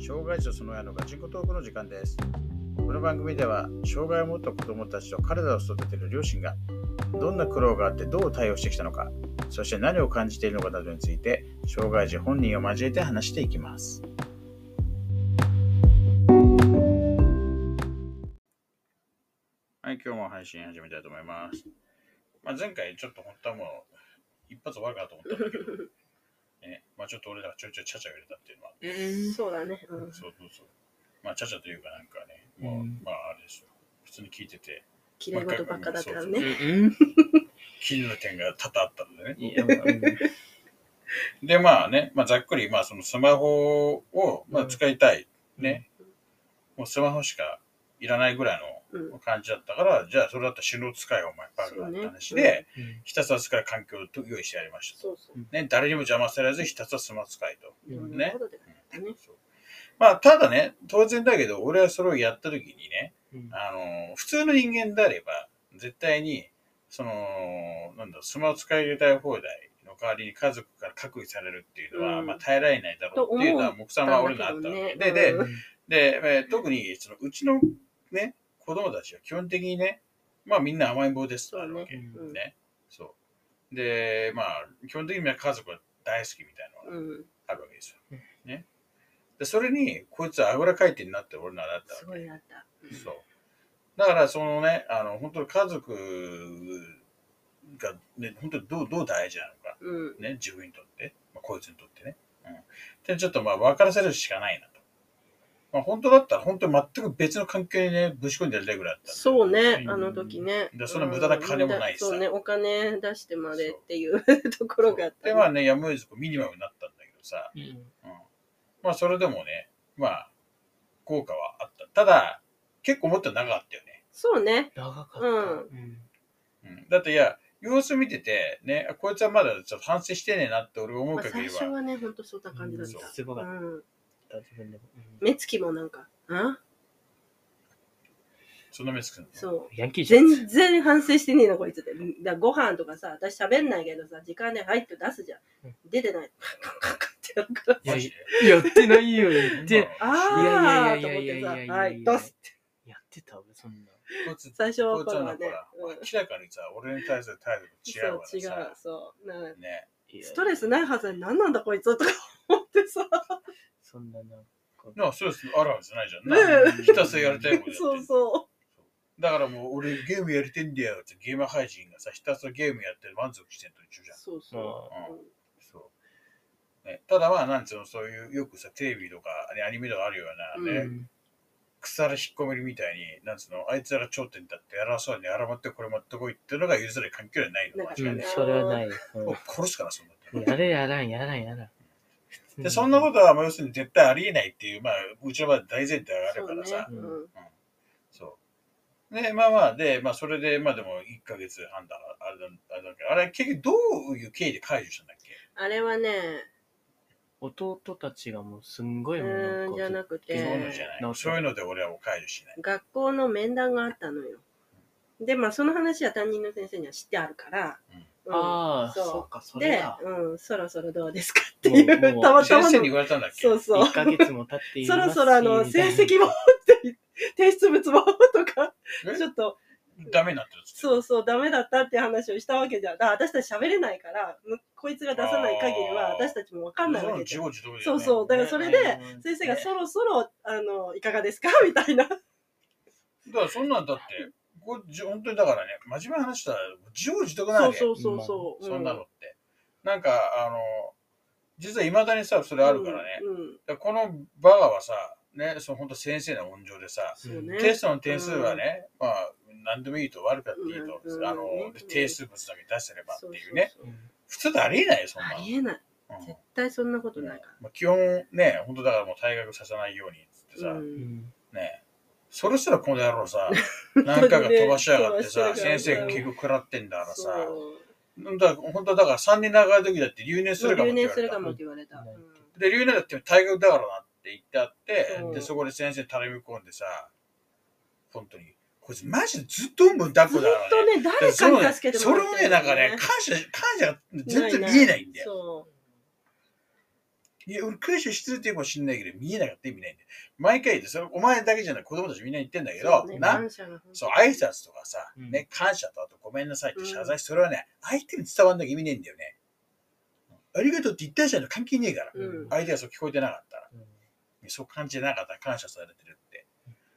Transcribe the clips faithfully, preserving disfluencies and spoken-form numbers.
障害児とその親のガチンコトークの時間です。この番組では障害を持った子どもたちと彼らを育てる両親がどんな苦労があってどう対応してきたのか、そして何を感じているのかなどについて障害児本人を交えて話していきます。はい、今日も配信始めたいと思います。まあ、前回ちょっと本当はもう一発終わるかと思ったんだけどね、まあ、ちょっと俺らがちょいちょいちゃちゃ入れたっていうのは、 うん、そうだね、うん、 そうそうそう、まあちゃちゃというかなんかね、もう、うん、まああれですよ、普通に聞いててきれい事ばっかだったらね、 気になる点が多々あったんでね。いや、まあ、でまあね、まあざっくりまあそのスマホをまあ使いたい、うん、ね、もうスマホしかいらないぐらいの感じだったから、うん、じゃあそれだったら手動使いお前バカだって話で、ね、うん、ひたすら使い環境を用意してやりました。そうそう、ね、誰にも邪魔されずひたすらスマホ使いと、うん、ね。まあただね、当然だけど俺はそれをやった時にね、うん、あの普通の人間であれば絶対にそのなんだスマホ使い入れたい放題の代わりに家族から隔離されるっていうのは、うん、まあ耐えられないだろうっていうのは目算は俺のあったわけ、ね、でで、うん、で、えー、特にそのうちのね子供たちは基本的にね、まあみんな甘えん坊ですってあるわけ、ね、うん、ね、そうでまあ基本的には家族は大好きみたいなのがあるわけですよ、うん、ね。でそれにこいつはあぐらかいてになって俺ならったわけ。すごいなった、うん、そうだからそのねあの本当に家族がね本当にどうどう大事なのか、うん、ね自分にとって、まあ、こいつにとってね、うん、でちょっとまあ分からせるしかないなと。まあ本当だったら本当に全く別の関係にねぶち込んでやりたいぐらいだったんだ。 そうね、あの時ね。 でそんな無駄な金もないしさ、 うん、そうね、お金出してまでっていうところがあった、 ね、でまあねやむを得ずミニマムになったんだけどさ、うんうん、まあそれでもねまあ効果はあった。ただ結構もっと長かったよね。 そうね。 長かった。 うんうん、だっていや様子見ててねこいつはまだちょっと反省してねえなって俺思う限りは、 まあ、最初はね本当そんな感じだった。 すごかった。 うん目つきもなんか、あそんな目つくの？ そう。 ヤンキーじゃん。全然反省してねえな、こいつって。だご飯とかさ、私喋んないけどさ、時間で入って出すじゃん。うん、出てない。カカカカってやるから。 いや、やってないよ、やって。 あーと思ってさ、はい、出すって。 やってた俺、そんな。 最初はこれはね。 明らかにさ、俺に対する態度と違うわ。 そう、違う、そう。 ね。 ストレスないはずに何なんだこいつとか思ってさ。 そんなな。 なあ、ストレスあるわけじゃないじゃん。ねえ。ひたすらやりたいことやって。 そうそう。 だからもう俺ゲームやりてんだよってゲーム配信がさ、ひたすらゲームやって満足してんと一緒じゃん。 そうそう。 うん、そうね、ただまあ、なんつうの、そういうよくさ、テレビとかアニメとかあるようなね、うん、腐ら引っ込めるみたいに、なんつうの、あいつら頂点だって争うにあらまってこれ持ってこいっていうのが許される環境じゃないの。 間違いない。それはない。 うん、殺すから、そんなって。やれやらん、やらん、やらん。 でそんなことは、まあ、要するに絶対ありえないっていう、まあ、うちの場合大前提があるからさ。そう、ね。うんうん、そうで、まあまあ、で、まあ、それで、まあでも、いっかげつはんだ、あれだ、あれだけど、あれ、結局どういう経緯で解除したんだっけ？ あれはね、 弟たちがもうすんごいものじゃなくて、 そういうのじゃない。そういうので俺はもう解除しない。 学校の面談があったのよ。で、まあ、その話は担任の先生には知ってあるから、うんうん、ああ、そうか、それだ。 で、うん、そろそろどうですかっていう、たまたまの。 先生に言われたんだっけ？ そうそう。 いっかげつも経っていますそろそろあの、成績も、提出物もとか、ちょっと。 ダメになってる。 そうそう、ダメだったって話をしたわけじゃん。だから私たち喋れないから、こいつが出さない限りは私たちも分かんないわけじゃん。そうそう、だからそれで、先生がそろそろ、あの、いかがですかみたいな。だからそんなんだって、これ本当にだからね、真面目な話したら自業自得なわけ。 そうそうそうそう、 うん、そんなのって。なんかあの実は未だにさそれあるからね。うんうん、このバカはさね、その本当先生の温情でさ、ね、テストの点数はね、うん、まあ何でもいいと悪かっていいと、うん、あの、うん、提出物だけ出せればっていうね。そうそうそう、普通でありえないよそんなの。 ありえない。うん、絶対そんなことないから。 まあ、基本ね本当だからもう退学させないようにってさ、うん、ね。それすらこの野郎さ、何回か飛ばしやがってさ、ね、先生が結局食らってんだからさ、だ本当だからさんねん長い時だって留年するかもって言われた。留年するかもって言われた。うん、で、留年だって退学だからなって言ってあって、そで、そこで先生に頼み込んでさ、本当に、こいつマジでずっとおんぶん抱っこだからね。 ずっとね、誰かに助けてもらって、 ね、それをね、なんかね、感謝、感謝が全然見えないんだよ。 いや、俺解除してるっていうかもしんないけど、見えなかった意味ないんだよ。毎回で、それお前だけじゃない、子供たちみんな言ってんだけど、 そうねな、 感謝が本当そう、挨拶とかさ、 うんね、感謝とあとごめんなさいって謝罪、 うんそれはね、相手に伝わんなきゃ意味ねえんだよね。ありがとうって言ったじゃんの関係ねえから。 うん相手がそう聞こえてなかったら。 うんそう感じてなかったら感謝されてるって。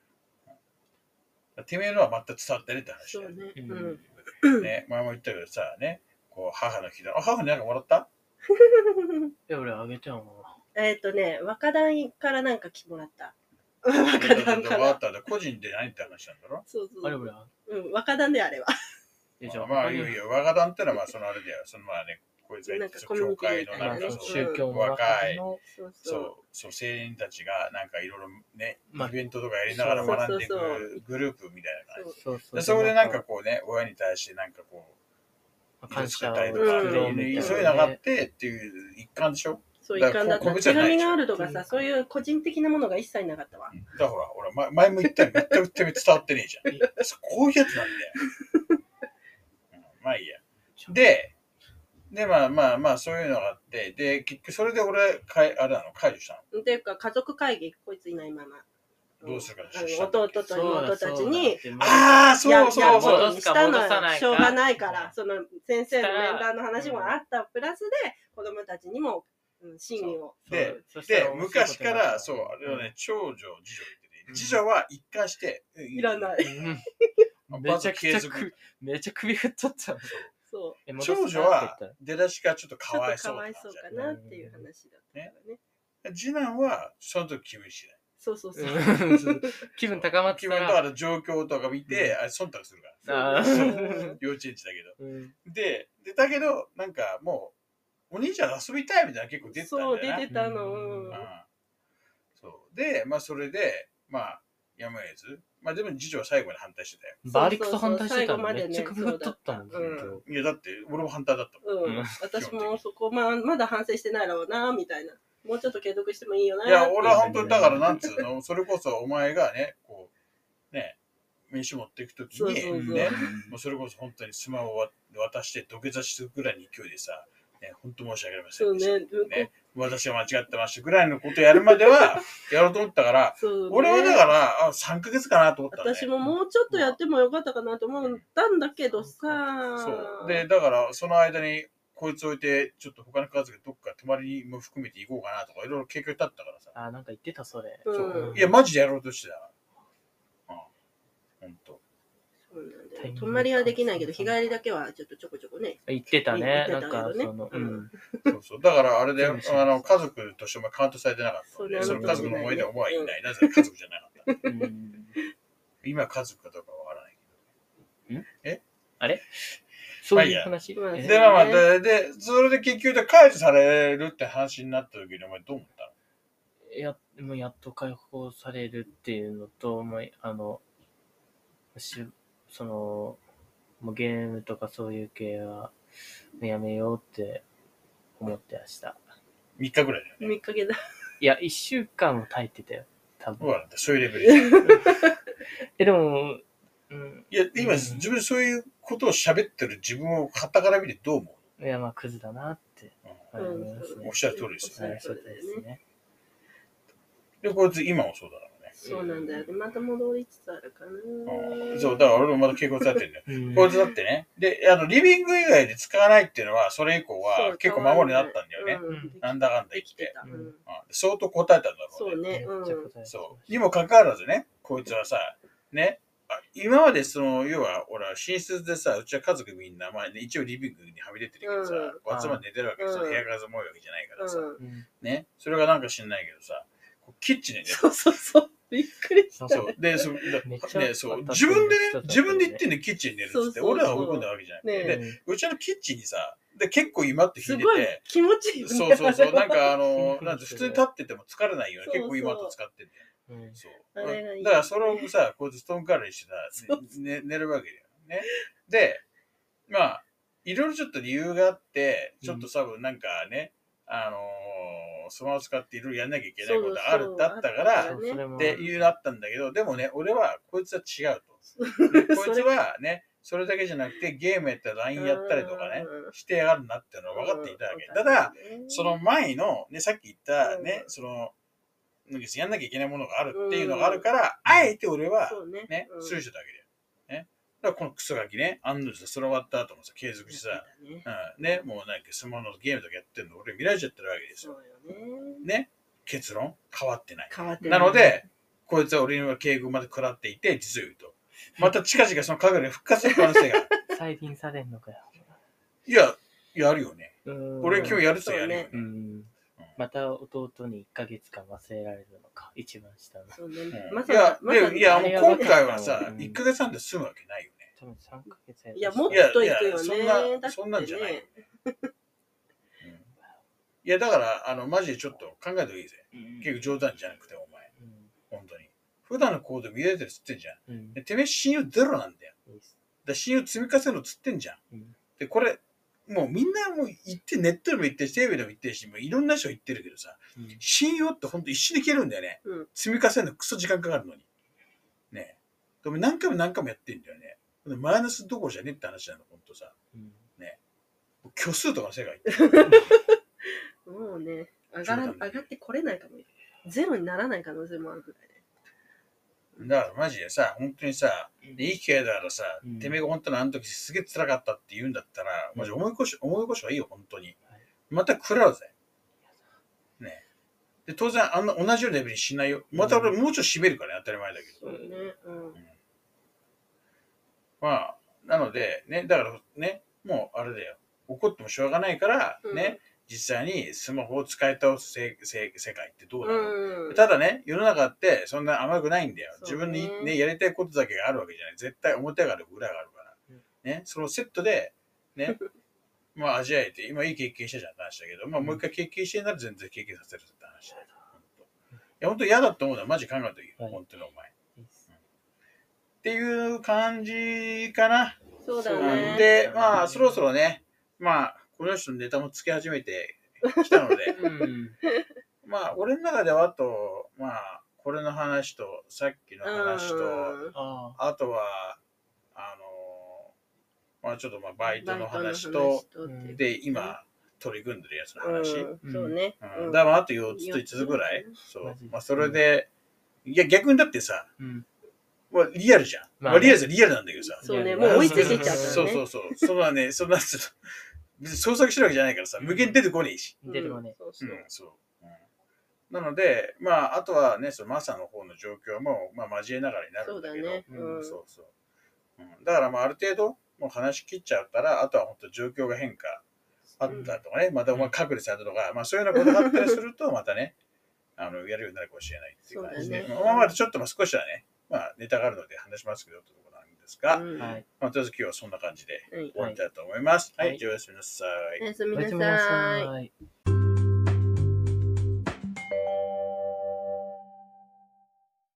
てめえのは全く伝わってねって話だよ。 そうね。 ううんん。 ね、前も言ったけどさ、ね、こう母の日だ。あ、母になんかもらった？ いや、俺あげてよ、もえっとね、若旦からなんかもらった。若旦か分からっ。た。個人で何って話なんだろ？ そうそうう。あれ、俺あうん、若旦であれば。 げて。じゃあ、 まあ、 他にいやいや、若旦ってのはまあそのあれだよ。そのまあね、こいつが言ってた教会のなんかまあ、そそうの宗教の若い、 中の、 そうそ、 そうそう青年たちがなんかいろいろね、 まあイベントとかやりながら学んでいそうそうくグループみたいな感じ。 そうそう。 でそこでなんかこうね、親に対してなんかこう、 感謝を色々作ったりとか、 うんそういうのがあってっていう一環でしょ？ そう、一環だった。手紙があるとかさ、 うんそういう個人的なものが一切なかったわ。 だからほら、俺前前も言ったよ。全く伝わってねえじゃん。こういうやつなんだよ。うんまあいいや。で、で、まあまあまあ、そういうのがあって、で、結局、それで俺、かいあれなの、解除したの。 っていうか、家族会議、こいついないまま。 どうするかあのしたんだっけ弟と妹たちに、 ああ、そうそうやそう。 やにしたのはしょうがないかうんら、その先生の面談の話もあったプラスで、子供たちにも、うん、真意を。 で、 そしたらで、昔から、そう、あれはね、長女、次女言ってて、次女は一貫して、 いらない。 うんまあめちゃくちゃ継続く、めちゃ首振っとった。 そう。 え戻すか長女はって言っ出だしがちょっとかちょっとわいそうだっかわいそうたじゃんかなっていう話だったからね。 次男は、その時気分次第。 そうそうそう。 うん気分高まって気たら。 分とかの状況とか見て、あれ、忖度するから。 あそうー幼稚園児だけど。 うんで、でだけど、なんかもう、お兄ちゃん遊びたいみたいな結構出てたんだそう、 よね。 出てたの。 ううんうんそう。で、まあそれで、まあ、やむを得ず。まあでも次女は最後に反対してたよ。 バリクソ反対してたのそうそうそう最後までねめっちゃ首振っとったもん、ずそうだったっと。 いや、だって、俺も反対だったもん。 うんうん。 私もそこ、まあ、まだ反省してないだろうな、みたいな。もうちょっと継続してもいいよな。 いや、俺は本当に、だから、なんつうの、それこそお前がね、こう、ね、飯持っていくときに、 そうそうそうね、もうそれこそ本当にスマホを渡して土下座するぐらいの勢いでさ、ね、本当申し訳ありませんでした。 そうねね、私は間違ってましたぐらいのことやるまでは、やろうと思ったから、 そうね俺はだから、あ、さんかげつかなと思ったのね。 私ももうちょっとやってもよかったかなと思ったんだけどさ。 そう。で、だから、その間に、こいつ置いて、ちょっと他の家族どっか泊まりも含めて行こうかなとか、いろいろ計画立ったからさ。 あ、なんか言ってた、それ。 うんそういや、マジでやろうとしてた。うん。ほんと。 そうなんだよ。泊まりはできないけど、日帰りだけはちょっとちょこちょこね。 言ってたね。なん言ってたけどねか、その、うん。 そうそう。だから、あれで、 全部知りまあの、 した家族としてもカウントされてなかったので、 そそうの家族の思い出は思いない。なぜか家族じゃなかった。 うん今家族かどうかわからないあれそういう話まあいいやえけど。で、まあまあ、で、でそれで結局で解除されるって話になった時に、お前どう思ったの？ や、もうやっと解放されるっていうのと、もうあの、しその、もうゲームとかそういう系はやめようって思ってました。 みっかぐらいだよね。 みっかげだ。 いや、いっしゅうかんも耐えてたよ、多分。 ほら、そういうレベルじゃん。 え、でも、うん、 いや、今、 うん自分でそういうことを喋ってる自分を傍から見てどう思いや、まあ、クズだなってう、 思いますねおっ。しゃる通りですよはい、そうですね。 で、こいつ今もそうだからね。 そうなんだよね。また戻りつつあるかな。 うんそう、だから俺もまだ傾向されてるんだよ。 うんこいつだってね。で、あの、リビング以外で使わないっていうのは、それ以降そうは結構守りになったんだよね。 うんなんだかんだ言ってできて。た。うんうん相当答えたんだろうね。 そうね。うん。 めっちゃ答えてましたそう。にもかかわらずね、こいつはさ、ね、あ今までその、要は、俺は寝室でさ、うちは家族みんな、まあね、一応リビングにはみ出てるけどさ、 うんこう集まって寝てるわけですよ。 うん部屋数も多いわけじゃないからさ。 うんうんね。それがなんか知んないけどさ、こうキッチンで寝てる。 そうそうそう。びっくりした。 そう。で、そう、 めっちゃね、そう。 当たって自分でねる人だっ、たよね自分で言ってんでキッチンに寝るっつって、 そうそうそう俺らが追い込んだわけじゃなくて、 ねで、うちのキッチンにさ、で、結構今って引すごいいてて、 気持ちいいよね。 そうそうそう、なんかあの、 うんなんて普通に立ってても疲れないような、 そうそう結構今と使ってんだよ。 うんそう。 あれがいいだからそれをさ、こいつストーンカラーにしてそうさ、ねね寝るわけだよね。で、まあ、いろいろちょっと理由があって、ちょっと多分なんかね、あのー、スマホ使っていろいろやんなきゃいけないことがあるだったから、 そうそうっていうのあったんだけど、でもね、俺はこいつは違うと。でこいつはね、 それだけじゃなくて、ゲームやったら ライン やったりとかね、してやがるなっていうのは分かっていたわけ。ただ、その前の、ね、さっき言ったね、その、やんなきゃいけないものがあるっていうのがあるから、あえて俺は、ね、スルーしただけだよ。ね。だからこのクソガキね、案の定それ終わった後もさ、継続してさ、うん、ね、もうなんかスマホのゲームとかやってるの俺見られちゃってるわけですよ。ね。結論変わってない。変わってない。なので、こいつは俺には警告まで食らっていて、実を言うと。また近々その影で復活する可能性が。 再臨されんのかよ。 いや、やるよね。俺今日やるとやるよね。 また弟にいっかげつかん忘れられるのか、一番下の。 そうね。 いや、いや、もう今回はさ、いっかげつはんで済むわけないよね。 多分さんかげつやいや、もっといくよね。 そんな、そんなんじゃないよね。いや、だから、あの、マジでちょっと考えた方がいいぜ。結構冗談じゃなくて、お前。本当に。普段の行動見られてるっつってんじゃん。でてめえ信用ゼロなんだよ。だ信用積み重ねるっつってんじゃん。で、これ、もうみんなもう言って、ネットでも言ってるし、テレビでも言ってるし、もういろんな人言ってるけどさ、信用ってほんと一瞬で消えるんだよね。積み重ねるのクソ時間かかるのに。ね。でも何回も何回もやってんだよね。マイナスどころじゃねえって話なの、ほんとさ。ね。虚数とかの世界。 もうね、上がら、上がってこれないかも。ゼロにならない可能性もあるぐらいで。だからマジでさ、本当にさ、いい機会だからさ、うん、てめえが本当にあの時すげえ辛かったって言うんだったら、マジ思い越し、思い越しはいいよ、本当に。また食らうぜ。ね。で、当然、あんな同じようなレベルにしないよ。また俺もうちょっと締めるからね、当たり前だけど。そうね。うん。うん、まあ、なので、ね、だからね、もうあれだよ。怒ってもしょうがないから、ね、うん実際にスマホを使い倒す世界ってどうなの、うん、ただね、世の中ってそんな甘くないんだよ。自分にね、やりたいことだけがあるわけじゃない。絶対表がある、裏があるから。うん、ね、そのセットで、ね、まあ味わえて、今いい経験したじゃんって話だけど、まあもう一回経験してなら全然経験させるって話だよ。いや、本当嫌だと思うのはマジ考えていいよ。はい、本当にお前、うん。っていう感じかな。 そうだね。 で、まあそろそろね、まあ、この人のネタもつけ始めてきたので、うん、まあ、俺の中ではあと、まあ、これの話と、さっきの話と、あとは、あの、まあ、ちょっとまあバイトの話と、で、今、取り組んでるやつの話。 うん、そうね。 うん、だからあとよっつといつつぐらい。そう。まあ、それで、いや、逆にだってさ、うんまあ、リアルじゃん。まあ、リアルじゃリアルなんだけどさ。 そうね、もう追いついていっちゃった、ね。 そうそうそう。そんなね、そんな、別に創作してるわけじゃないからさ、無限に出てこねえし。 出てこねえ。 うん、そう。なので、まあ、あとはね、そのマサの方の状況も、まあ、交えながらになるんだけど。そうだね。うん、そうそう。うん、だから、まあ、ある程度、もう話し切っちゃったら、あとは本当状況が変化あったとかね、また、まあ、隔離されたとか、まあ、そういうようなことがあったりすると、またね、あの、やるようになるかもしれないっていう感じで。まあ、まあ、ちょっと、まあ、少しはね、まあ、ネタがあるので話しますけど、というところなんですが、うんまあ、とりあえず今日はそんな感じで終わりたいと思います。はい、はい、じゃあおやすみなさい。 おやすみなさい。